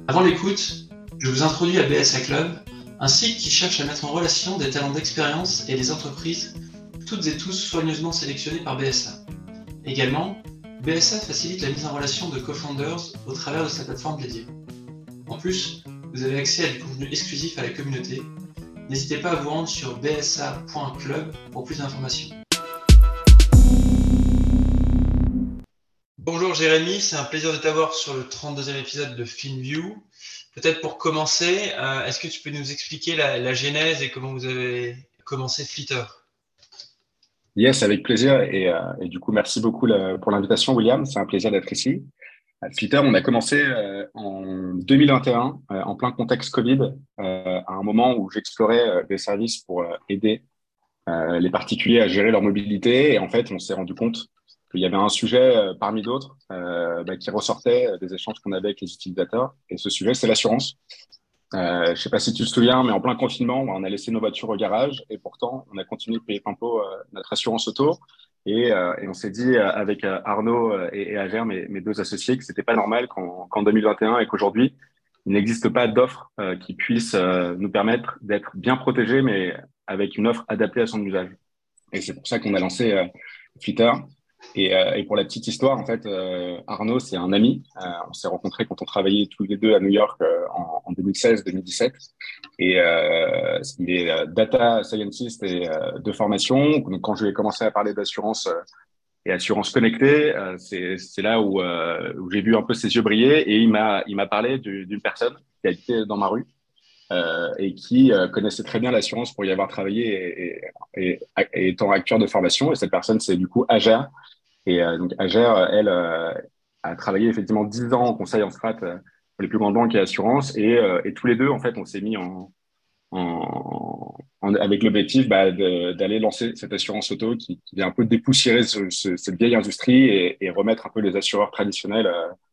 Avant l'écoute, je vous introduis à BSA Club, un site qui cherche à mettre en relation des talents d'expérience et des entreprises, toutes et tous soigneusement sélectionnés par BSA. Également, BSA facilite la mise en relation de co-founders au travers de sa plateforme dédiée. En plus, vous avez accès à du contenu exclusif à la communauté. N'hésitez pas à vous rendre sur bsa.club pour plus d'informations. Bonjour Jérémy, c'est un plaisir de t'avoir sur le 32e épisode de FilmView. Peut-être pour commencer, est-ce que tu peux nous expliquer la genèse et comment vous avez commencé Flitter? Yes, avec plaisir. Et du coup, merci beaucoup pour l'invitation, William. C'est un plaisir d'être ici. À Flitter, on a commencé en 2021, en plein contexte Covid, à un moment où j'explorais des services pour aider les particuliers à gérer leur mobilité. Et en fait, on s'est rendu compte qu'il y avait un sujet parmi d'autres qui ressortait des échanges qu'on avait avec les utilisateurs. Et ce sujet, c'est l'assurance. Je sais pas si tu te souviens, mais en plein confinement, on a laissé nos voitures au garage et pourtant, on a continué de payer plein pot notre assurance auto. Et on s'est dit avec Arnaud et Ager, mes deux associés, que c'était pas normal qu'en 2021 et qu'aujourd'hui, il n'existe pas d'offre qui puisse nous permettre d'être bien protégés, mais avec une offre adaptée à son usage. Et c'est pour ça qu'on a lancé Flitter. Et pour la petite histoire, en fait, Arnaud, c'est un ami. On s'est rencontrés quand on travaillait tous les deux à New York en 2016-2017. Et il est data scientist et de formation. Donc, quand je lui ai commencé à parler d'assurance et assurance connectée, c'est là où j'ai vu un peu ses yeux briller. Et il m'a parlé d'une personne qui habitait dans ma rue et qui connaissait très bien l'assurance pour y avoir travaillé et étant acteur de formation. Et cette personne, c'est du coup Ager. Et donc, Agère, elle, a travaillé effectivement 10 ans en conseil en strat pour les plus grandes banques et assurances. Et tous les deux, en fait, on s'est mis avec l'objectif d'aller lancer cette assurance auto qui vient un peu dépoussiérer cette vieille industrie et remettre un peu les assureurs traditionnels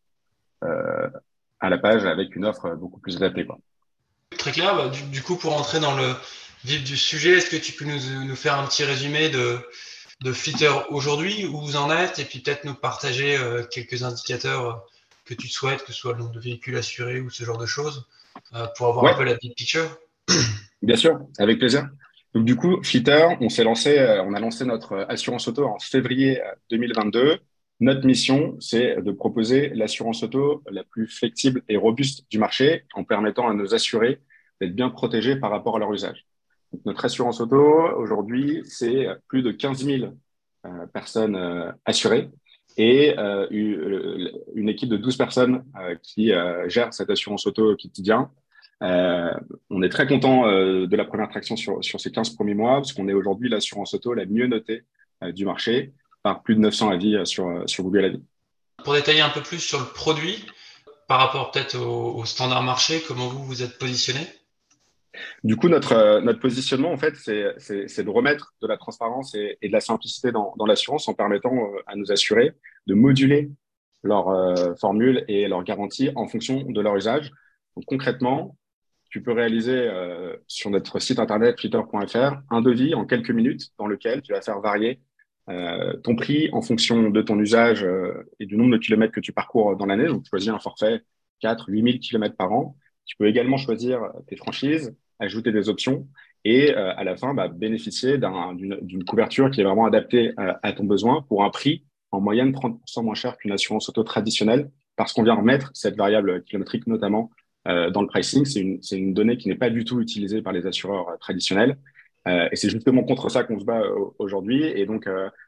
à la page avec une offre beaucoup plus adaptée, quoi. Très clair, du coup pour entrer dans le vif du sujet, est-ce que tu peux nous faire un petit résumé de Flitter aujourd'hui, où vous en êtes, et puis peut-être nous partager quelques indicateurs que tu souhaites, que ce soit le nombre de véhicules assurés ou ce genre de choses, pour avoir un Ouais, peu la big picture. bien sûr, avec plaisir. Donc du coup, Flitter, on a lancé notre assurance auto en février 2022. Notre mission, c'est de proposer l'assurance auto la plus flexible et robuste du marché en permettant à nos assurés d'être bien protégés par rapport à leur usage. Donc, notre assurance auto, aujourd'hui, c'est plus de 15 000 personnes assurées et une équipe de 12 personnes qui gèrent cette assurance auto au quotidien. Euh, on est très content de la première traction sur ces 15 premiers mois, parce qu'on est aujourd'hui l'assurance auto la mieux notée du marché par plus de 900 avis sur Google Avis. Pour détailler un peu plus sur le produit, par rapport peut-être au standard marché, comment vous vous êtes positionné? Du coup, notre positionnement, en fait, c'est de remettre de la transparence et de la simplicité dans l'assurance en permettant à nos assurés de moduler leur formule et leur garantie en fonction de leur usage. Donc, concrètement, tu peux réaliser sur notre site internet flitter.fr un devis en quelques minutes dans lequel tu vas faire varier ton prix en fonction de ton usage et du nombre de kilomètres que tu parcours dans l'année. Donc, tu choisis un forfait 4, 8 000 kilomètres par an. Tu peux également choisir tes franchises, ajouter des options et à la fin, bénéficier d'une couverture qui est vraiment adaptée à ton besoin pour un prix en moyenne 30% moins cher qu'une assurance auto traditionnelle parce qu'on vient remettre cette variable kilométrique notamment dans le pricing. C'est une donnée qui n'est pas du tout utilisée par les assureurs traditionnels. Et c'est justement contre ça qu'on se bat aujourd'hui. Et donc,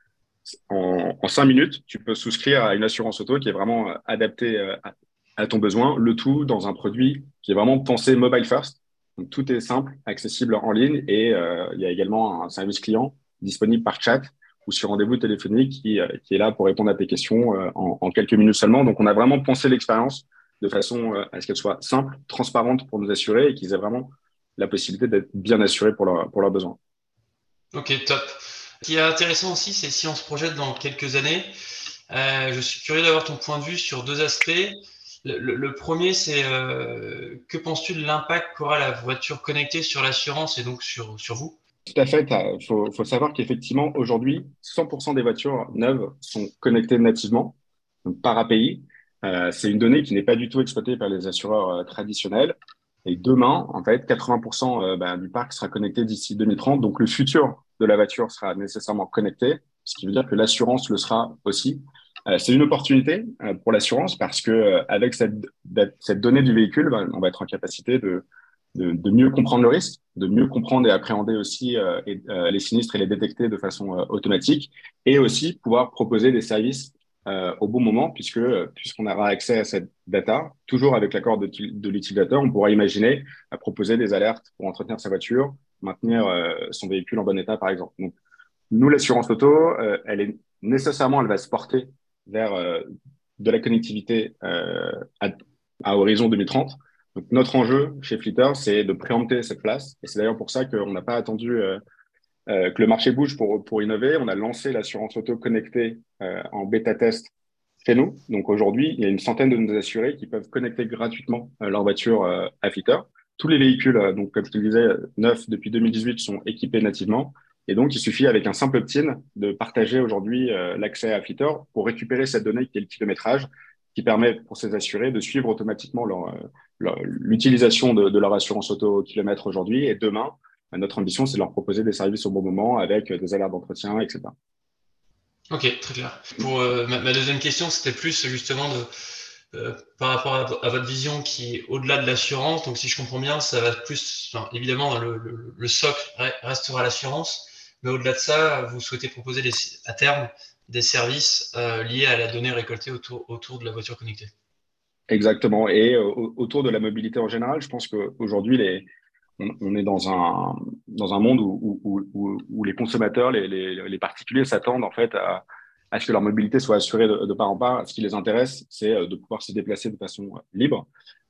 en 5 minutes, tu peux souscrire à une assurance auto qui est vraiment adaptée à ton besoin, le tout dans un produit qui est vraiment pensé mobile first. Donc, tout est simple, accessible en ligne et il y a également un service client disponible par chat ou sur rendez-vous téléphonique qui est là pour répondre à tes questions en quelques minutes seulement. Donc, on a vraiment pensé l'expérience de façon à ce qu'elle soit simple, transparente pour nous assurer et qu'ils aient vraiment la possibilité d'être bien assurés pour leurs besoins. Ok, top. Ce qui est intéressant aussi, c'est si on se projette dans quelques années, je suis curieux d'avoir ton point de vue sur deux aspects. Le premier, c'est que penses-tu de l'impact qu'aura la voiture connectée sur l'assurance et donc sur vous? Tout à fait. Il faut savoir qu'effectivement, aujourd'hui, 100% des voitures neuves sont connectées nativement, donc par API. C'est une donnée qui n'est pas du tout exploitée par les assureurs traditionnels. Et demain, en fait, 80% du parc sera connecté d'ici 2030. Donc, le futur de la voiture sera nécessairement connecté, ce qui veut dire que l'assurance le sera aussi. C'est une opportunité pour l'assurance parce que avec cette donnée du véhicule, on va être en capacité de mieux comprendre le risque, de mieux comprendre et appréhender aussi les sinistres et les détecter de façon automatique, et aussi pouvoir proposer des services au bon moment, puisqu'on aura accès à cette data, toujours avec l'accord de l'utilisateur, on pourra imaginer proposer des alertes pour entretenir sa voiture, maintenir son véhicule en bon état, par exemple. Donc, nous, l'assurance auto, elle va se porter vers de la connectivité à horizon 2030. Donc, notre enjeu chez Flitter, c'est de préempter cette place. Et c'est d'ailleurs pour ça qu'on n'a pas attendu que le marché bouge pour innover. On a lancé l'assurance auto connectée en bêta test chez nous. Donc aujourd'hui, il y a une centaine de nos assurés qui peuvent connecter gratuitement leur voiture à Flitter. Tous les véhicules, donc comme je te le disais, neufs depuis 2018 sont équipés nativement. Et donc, il suffit avec un simple opt-in de partager aujourd'hui l'accès à Flitter pour récupérer cette donnée qui est le kilométrage, qui permet pour ces assurés de suivre automatiquement l'utilisation de leur assurance auto au kilomètre aujourd'hui. Et demain, notre ambition, c'est de leur proposer des services au bon moment avec des alertes d'entretien, etc. Ok, très clair. Pour ma deuxième question, c'était plus justement par rapport à votre vision qui est au-delà de l'assurance. Donc, si je comprends bien, ça va plus, enfin, évidemment, le socle restera l'assurance, mais au-delà de ça, vous souhaitez proposer à terme des services liés à la donnée récoltée autour de la voiture connectée. Exactement. Et autour de la mobilité en général, je pense qu'aujourd'hui, on est dans un monde où les consommateurs, les particuliers s'attendent en fait à ce que leur mobilité soit assurée de part en part. Ce qui les intéresse, c'est de pouvoir se déplacer de façon libre.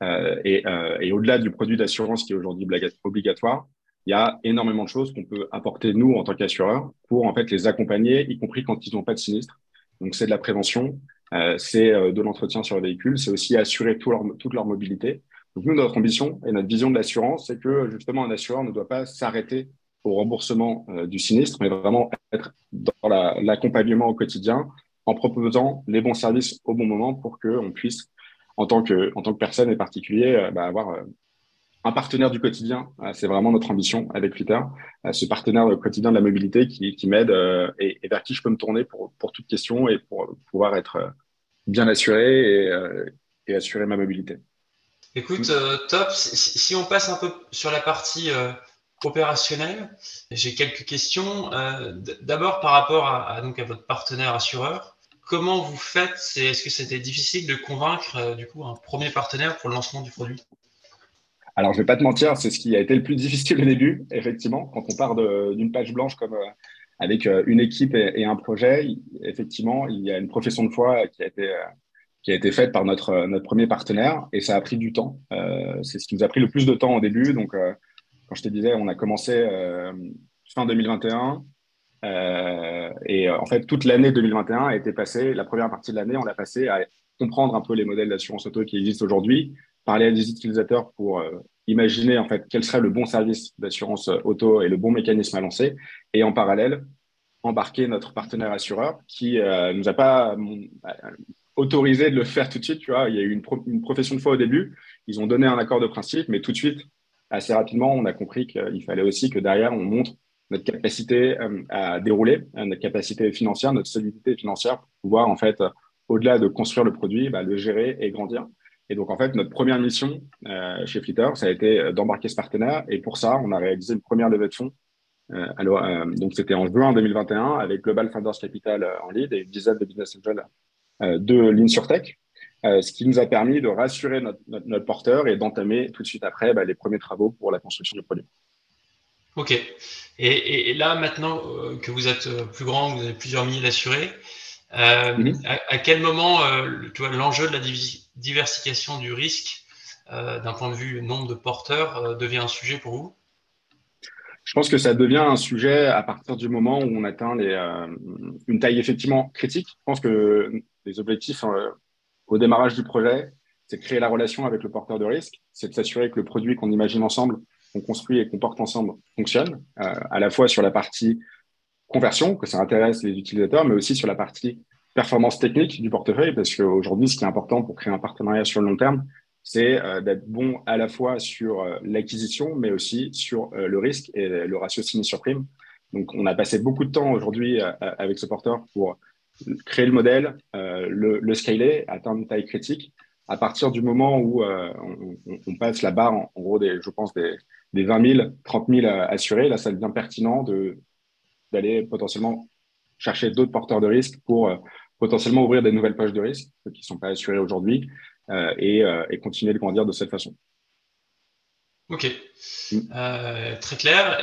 Et au-delà du produit d'assurance qui est aujourd'hui obligatoire, il y a énormément de choses qu'on peut apporter nous en tant qu'assureurs pour en fait les accompagner, y compris quand ils n'ont pas de sinistre. Donc c'est de la prévention, c'est de l'entretien sur le véhicule, c'est aussi assurer toute leur mobilité. Donc nous, notre ambition et notre vision de l'assurance, c'est que justement un assureur ne doit pas s'arrêter au remboursement du sinistre, mais vraiment être dans l'accompagnement au quotidien en proposant les bons services au bon moment pour qu'on puisse, en tant que personne et particulier, avoir un partenaire du quotidien. C'est vraiment notre ambition avec Flitter, ce partenaire quotidien de la mobilité qui m'aide et vers qui je peux me tourner pour toute question et pour pouvoir être bien assuré et assurer ma mobilité. Écoute, top. Si on passe un peu sur la partie opérationnelle, j'ai quelques questions. D'abord, par rapport donc à votre partenaire assureur, comment vous faites? Est-ce que c'était difficile de convaincre du coup un premier partenaire pour le lancement du produit? Alors, je vais pas te mentir, c'est ce qui a été le plus difficile au début, effectivement. Quand on part d'une page blanche comme avec une équipe et un projet, effectivement, il y a une profession de foi qui a été faite par notre premier partenaire et ça a pris du temps. C'est ce qui nous a pris le plus de temps au début. Donc, quand je te disais, on a commencé fin 2021 en fait, toute l'année 2021 a été passée. La première partie de l'année, on l'a passée à comprendre un peu les modèles d'assurance auto qui existent aujourd'hui, parler à des utilisateurs pour imaginer en fait quel serait le bon service d'assurance auto et le bon mécanisme à lancer. Et en parallèle, embarquer notre partenaire assureur qui nous a pas autorisé de le faire tout de suite. Tu vois, il y a eu une profession de foi au début. Ils ont donné un accord de principe, mais tout de suite, assez rapidement, on a compris qu'il fallait aussi que derrière, on montre notre capacité à dérouler, notre capacité financière, notre solidité financière pour pouvoir, en fait, au-delà de construire le produit, le gérer et grandir. Et donc, en fait, notre première mission chez Flitter, ça a été d'embarquer ce partenaire. Et pour ça, on a réalisé une première levée de fonds. Donc, c'était en juin 2021 avec Global Founders Capital en lead et une dizaine de business angels de l'InsurTech, ce qui nous a permis de rassurer notre porteur et d'entamer tout de suite après les premiers travaux pour la construction du produit. Ok. Et là, maintenant que vous êtes plus grand, que vous avez plusieurs milliers d'assurés, à quel moment tu vois, l'enjeu de la diversification du risque d'un point de vue nombre de porteurs devient un sujet pour vous? Je pense que ça devient un sujet à partir du moment où on atteint une taille effectivement critique. Je pense que les objectifs au démarrage du projet, c'est de créer la relation avec le porteur de risque, c'est de s'assurer que le produit qu'on imagine ensemble, qu'on construit et qu'on porte ensemble fonctionne, à la fois sur la partie conversion, que ça intéresse les utilisateurs, mais aussi sur la partie performance technique du portefeuille, parce qu'aujourd'hui, ce qui est important pour créer un partenariat sur le long terme, c'est d'être bon à la fois sur l'acquisition, mais aussi sur le risque et le ratio sinistre sur prime. Donc, on a passé beaucoup de temps aujourd'hui avec ce porteur pour créer le modèle, le scaler, atteindre une taille critique. À partir du moment où on passe la barre, en gros, je pense, des 20 000, 30 000 assurés, là, ça devient pertinent d'aller potentiellement chercher d'autres porteurs de risques pour potentiellement ouvrir des nouvelles pages de risque, ceux qui ne sont pas assurés aujourd'hui, et continuer de grandir de cette façon. Ok, très clair.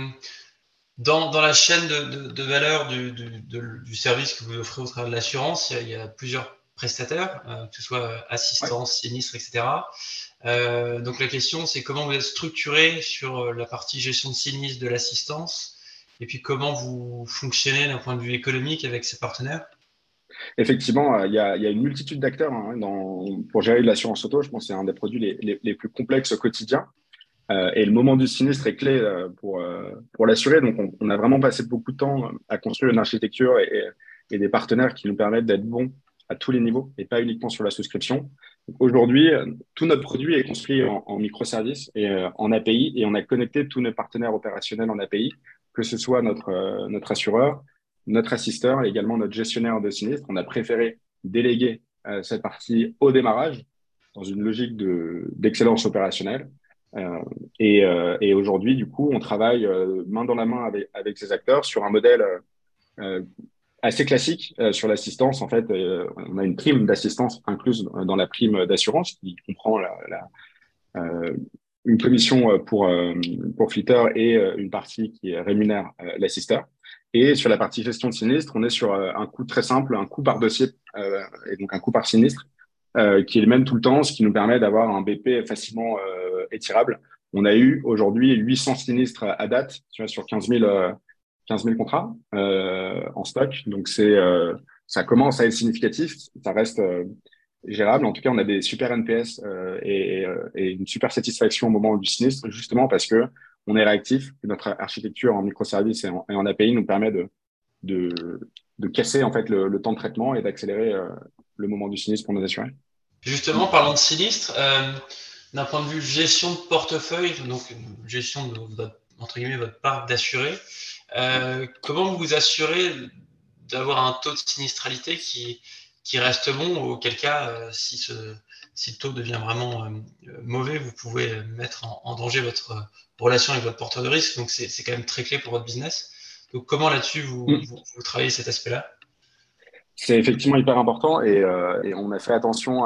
Dans la chaîne de valeur du service que vous offrez au travers de l'assurance, il y a plusieurs prestataires, que ce soit assistance, sinistre, etc. Donc la question, c'est comment vous êtes structuré sur la partie gestion de sinistre de l'assistance, et puis comment vous fonctionnez d'un point de vue économique avec ces partenaires. Effectivement, il y a une multitude d'acteurs pour gérer de l'assurance auto. Je pense que c'est un des produits les plus complexes au quotidien. Et le moment du sinistre est clé pour l'assurer. Donc, on a vraiment passé beaucoup de temps à construire une architecture et des partenaires qui nous permettent d'être bons à tous les niveaux et pas uniquement sur la souscription. Aujourd'hui, tout notre produit est construit en microservices et en API, et on a connecté tous nos partenaires opérationnels en API, que ce soit notre assureur, notre assisteur et également notre gestionnaire de sinistre. On a préféré déléguer cette partie au démarrage dans une logique d'excellence opérationnelle. Et aujourd'hui, du coup, on travaille main dans la main avec ces acteurs sur un modèle euh, assez classique sur l'assistance. En fait, on a une prime d'assistance incluse dans la prime d'assurance qui comprend euh, une commission pour Flitter et une partie qui rémunère l'assisteur. Et sur la partie gestion de sinistre, on est sur un coût très simple, un coût par dossier et donc un coût par sinistre qui est le même tout le temps, ce qui nous permet d'avoir un BP facilement étirable. On a eu aujourd'hui 800 sinistres à date, tu vois, sur 15 000 contrats en stock. Donc, ça commence à être significatif. Ça reste gérable. En tout cas, on a des super NPS et une super satisfaction au moment du sinistre, justement parce que on est réactif. Notre architecture en microservices et en API nous permet de, de casser en fait le temps de traitement et d'accélérer le moment du sinistre pour nos assurés. Justement, parlant de sinistre, d'un point de vue gestion de portefeuille, donc gestion de votre, entre guillemets, votre parc d'assurés, comment vous vous assurez d'avoir un taux de sinistralité qui reste bon, auquel cas, si le taux devient vraiment mauvais, vous pouvez mettre en danger votre relation avec votre porteur de risque. Donc, c'est quand même très clé pour votre business. Donc, comment là-dessus vous travaillez cet aspect-là? C'est effectivement hyper important et on a fait attention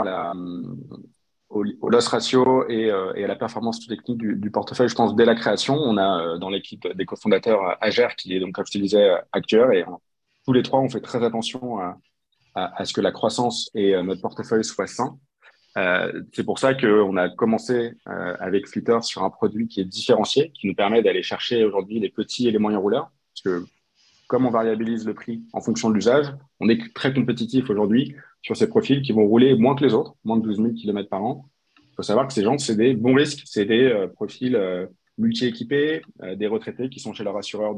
au loss ratio et à la performance technique du portefeuille, je pense, dès la création. On a dans l'équipe des cofondateurs Ager, qui est donc, comme je te disais, actuaire, et tous les trois, on fait très attention à ce que la croissance et notre portefeuille soient sains. C'est pour ça qu'on a commencé avec Flitter sur un produit qui est différencié, qui nous permet d'aller chercher aujourd'hui les petits et les moyens rouleurs. Parce que comme on variabilise le prix en fonction de l'usage, on est très compétitif aujourd'hui sur ces profils qui vont rouler moins que les autres, moins de 12 000 km par an. Il faut savoir que ces gens, c'est des bons risques, c'est des profils multi-équipés, des retraités qui sont chez leur assureur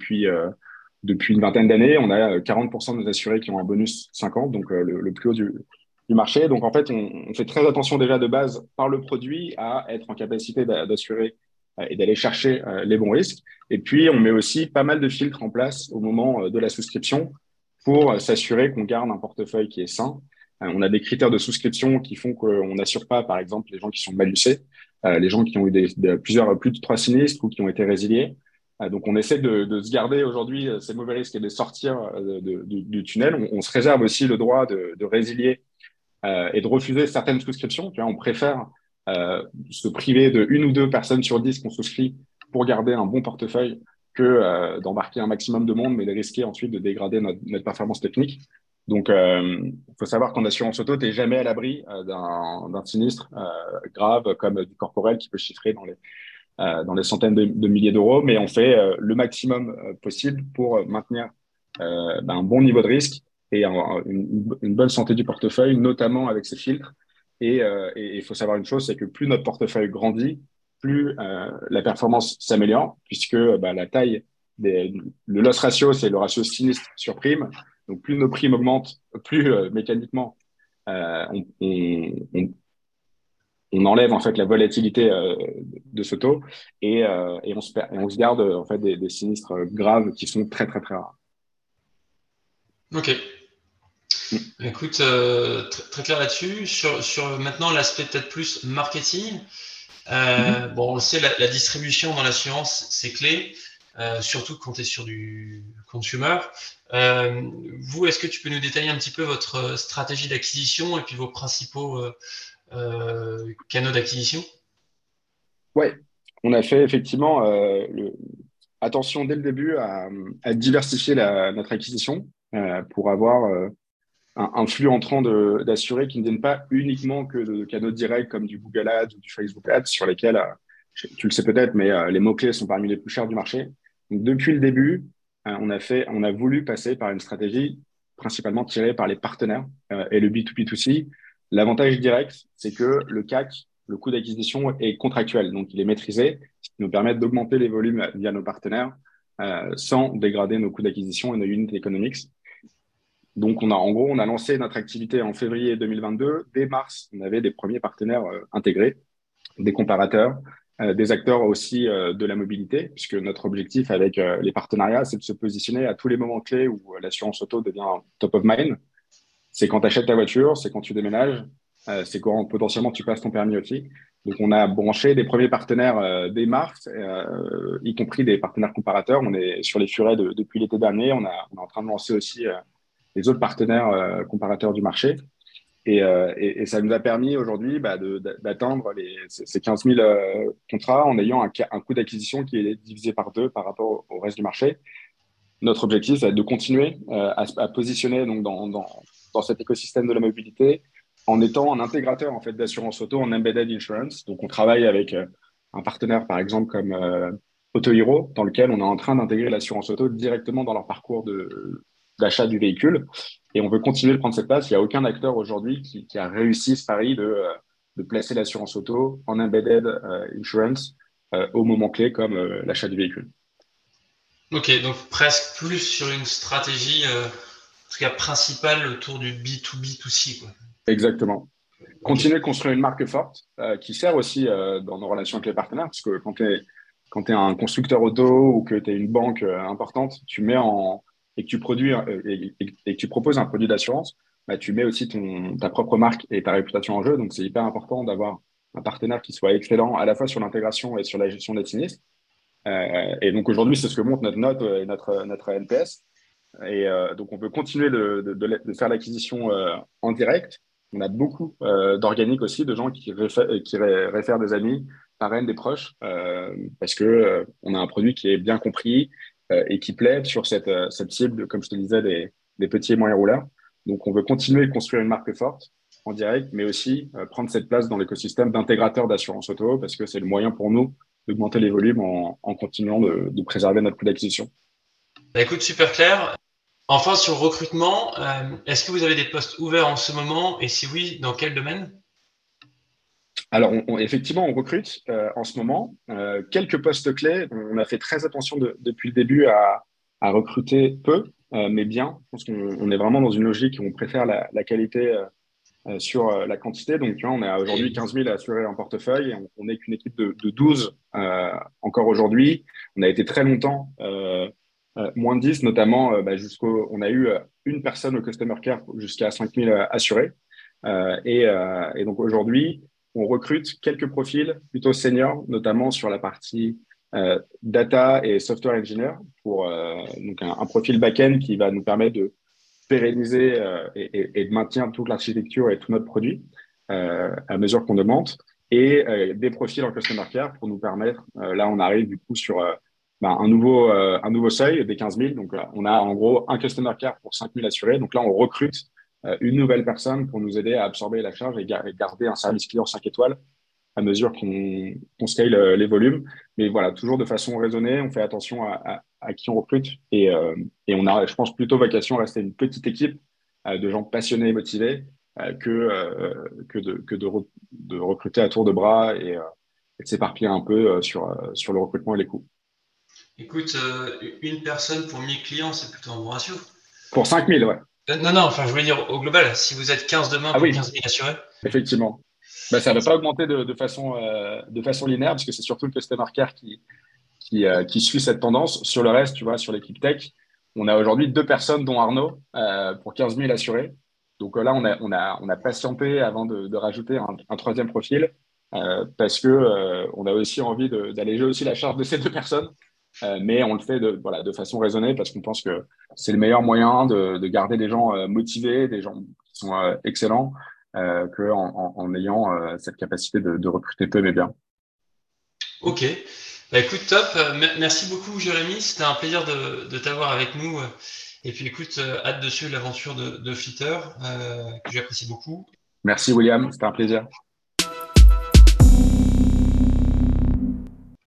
depuis une vingtaine d'années. On a 40% de nos assurés qui ont un bonus 50, donc le plus haut du marché. Donc en fait, on fait très attention déjà de base par le produit à être en capacité d'assurer et d'aller chercher les bons risques. Et puis, on met aussi pas mal de filtres en place au moment de la souscription pour s'assurer qu'on garde un portefeuille qui est sain. On a des critères de souscription qui font qu'on n'assure pas, par exemple, les gens qui sont malucés, les gens qui ont eu plus de 3 sinistres ou qui ont été résiliés. Donc, on essaie de se garder aujourd'hui ces mauvais risques et de sortir du tunnel. On se réserve aussi le droit de résilier et de refuser certaines souscriptions. Tu vois, on préfère se priver de une ou deux personnes sur 10 qu'on souscrit pour garder un bon portefeuille que d'embarquer un maximum de monde, mais de risquer ensuite de dégrader notre performance technique. Donc, il faut savoir qu'en assurance auto, tu n'es jamais à l'abri d'un sinistre grave comme du corporel qui peut chiffrer dans les centaines de milliers d'euros, mais on fait le maximum possible pour maintenir un bon niveau de risque et une bonne santé du portefeuille, notamment avec ces filtres. Et il faut savoir une chose, c'est que plus notre portefeuille grandit, plus la performance s'améliore, puisque la taille, le loss ratio, c'est le ratio sinistre sur prime. Donc, plus nos primes augmentent, plus mécaniquement, euh, on, on, on- on enlève en fait la volatilité de ce taux et on se garde en fait des sinistres graves qui sont très, très, très rares. Ok. Mm. Écoute, très clair là-dessus. Sur maintenant l'aspect peut-être plus marketing. Mhm. Bon, on le sait, la distribution dans l'assurance, c'est clé, surtout quand tu es sur du consumer. Vous, est-ce que tu peux nous détailler un petit peu votre stratégie d'acquisition et puis vos principaux canaux d'acquisition? Ouais, on a fait effectivement attention dès le début à diversifier notre acquisition pour avoir un flux entrant d'assurés qui ne viennent pas uniquement que de canaux directs comme du Google Ads ou du Facebook Ads sur lesquels, tu le sais peut-être, mais les mots-clés sont parmi les plus chers du marché. Donc, depuis le début, on a voulu passer par une stratégie principalement tirée par les partenaires et le B2B2C. L'avantage direct, c'est que le CAC, le coût d'acquisition est contractuel, donc il est maîtrisé, ce qui nous permet d'augmenter les volumes via nos partenaires sans dégrader nos coûts d'acquisition et nos unit economics. Donc, en gros, on a lancé notre activité en février 2022. Dès mars, on avait des premiers partenaires intégrés, des comparateurs, des acteurs aussi de la mobilité, puisque notre objectif avec les partenariats, c'est de se positionner à tous les moments clés où l'assurance auto devient top of mind. C'est quand tu achètes ta voiture, c'est quand tu déménages, c'est quand potentiellement tu passes ton permis aussi. Donc, on a branché des premiers partenaires dès mars, y compris des partenaires comparateurs. On est sur les furets depuis l'été dernier. On est en train de lancer aussi les autres partenaires comparateurs du marché. Et ça nous a permis aujourd'hui d'atteindre ces 15 000 contrats en ayant un coût d'acquisition qui est divisé par deux par rapport au reste du marché. Notre objectif, c'est de continuer à positionner donc, dans cet écosystème de la mobilité en étant un intégrateur en fait, d'assurance auto en embedded insurance. Donc, on travaille avec un partenaire, par exemple, comme Auto Hero, dans lequel on est en train d'intégrer l'assurance auto directement dans leur parcours d'achat du véhicule. Et on veut continuer de prendre cette place. Il n'y a aucun acteur aujourd'hui qui a réussi ce pari de placer l'assurance auto en embedded insurance au moment clé comme l'achat du véhicule. Ok, donc presque plus sur une stratégie, en tout cas principale, autour du B2B2C, quoi. Exactement. Ok. Continuer de construire une marque forte qui sert aussi dans nos relations avec les partenaires, parce que quand tu es un constructeur auto ou que tu es une banque importante, et que tu produis et que tu proposes un produit d'assurance, bah, tu mets aussi ta propre marque et ta réputation en jeu. Donc, c'est hyper important d'avoir un partenaire qui soit excellent à la fois sur l'intégration et sur la gestion des sinistres. Et donc, aujourd'hui, c'est ce que montre notre note et notre NPS. Et donc, on veut continuer de faire l'acquisition en direct. On a beaucoup d'organiques aussi, de gens qui réfèrent des amis, parrainent des proches, parce que on a un produit qui est bien compris et qui plaît sur cette cible, comme je te disais, des petits et moyens rouleurs. Donc, on veut continuer de construire une marque forte en direct, mais aussi prendre cette place dans l'écosystème d'intégrateur d'assurance auto, parce que c'est le moyen pour nous d'augmenter les volumes en continuant de préserver notre coût d'acquisition. Bah, écoute, super clair. Enfin, sur le recrutement, est-ce que vous avez des postes ouverts en ce moment? Et si oui, dans quel domaine? Alors, effectivement, on recrute en ce moment quelques postes clés. On a fait très attention depuis le début à recruter peu, mais bien. Je pense qu'on est vraiment dans une logique où on préfère la qualité sur la quantité. Donc, tu vois, on a aujourd'hui Et 15 000 assurés en portefeuille et on n'est qu'une équipe de 12 encore aujourd'hui. On a été très longtemps moins de 10, notamment on a eu une personne au customer care jusqu'à 5 000 assurés. Et donc aujourd'hui, on recrute quelques profils plutôt seniors, notamment sur la partie data et software engineer, pour donc un profil back-end qui va nous permettre de pérenniser et de maintenir toute l'architecture et tout notre produit à mesure qu'on augmente, et des profils en customer care pour nous permettre, là on arrive du coup sur un nouveau seuil des 15 000, donc on a en gros un customer care pour 5 000 assurés, donc là on recrute une nouvelle personne pour nous aider à absorber la charge et garder un service client 5 étoiles à mesure qu'on scale les volumes. Mais voilà, toujours de façon raisonnée, on fait attention à qui on recrute et on a, je pense, plutôt vocation à rester une petite équipe de gens passionnés et motivés de recruter à tour de bras et de s'éparpiller un peu sur le recrutement et les coûts. écoute, une personne pour 1000 clients, c'est plutôt un bon ratio. Pour 5 000, ouais. Non, enfin, je voulais dire au global, si vous êtes 15 demain Ah pour oui, 15 000 assurés. effectivement. Bah, ça ne va pas augmenter de façon linéaire, parce que c'est surtout le customer care qui suit cette tendance. Sur le reste, tu vois, sur l'équipe tech, on a aujourd'hui 2 personnes, dont Arnaud, pour 15 000 assurés. Donc là, on a patienté avant de rajouter un troisième profil, parce que on a aussi envie d'alléger aussi la charge de ces 2 personnes. Mais on le fait voilà, de façon raisonnée, parce qu'on pense que c'est le meilleur moyen de garder des gens motivés, des gens qui sont excellents, en ayant cette capacité de recruter peu mais bien. Ok. Bah, écoute, top. Merci beaucoup, Jérémy. C'était un plaisir de t'avoir avec nous. Et puis écoute, hâte de suivre l'aventure de Flitter, que j'apprécie beaucoup. Merci William, c'était un plaisir.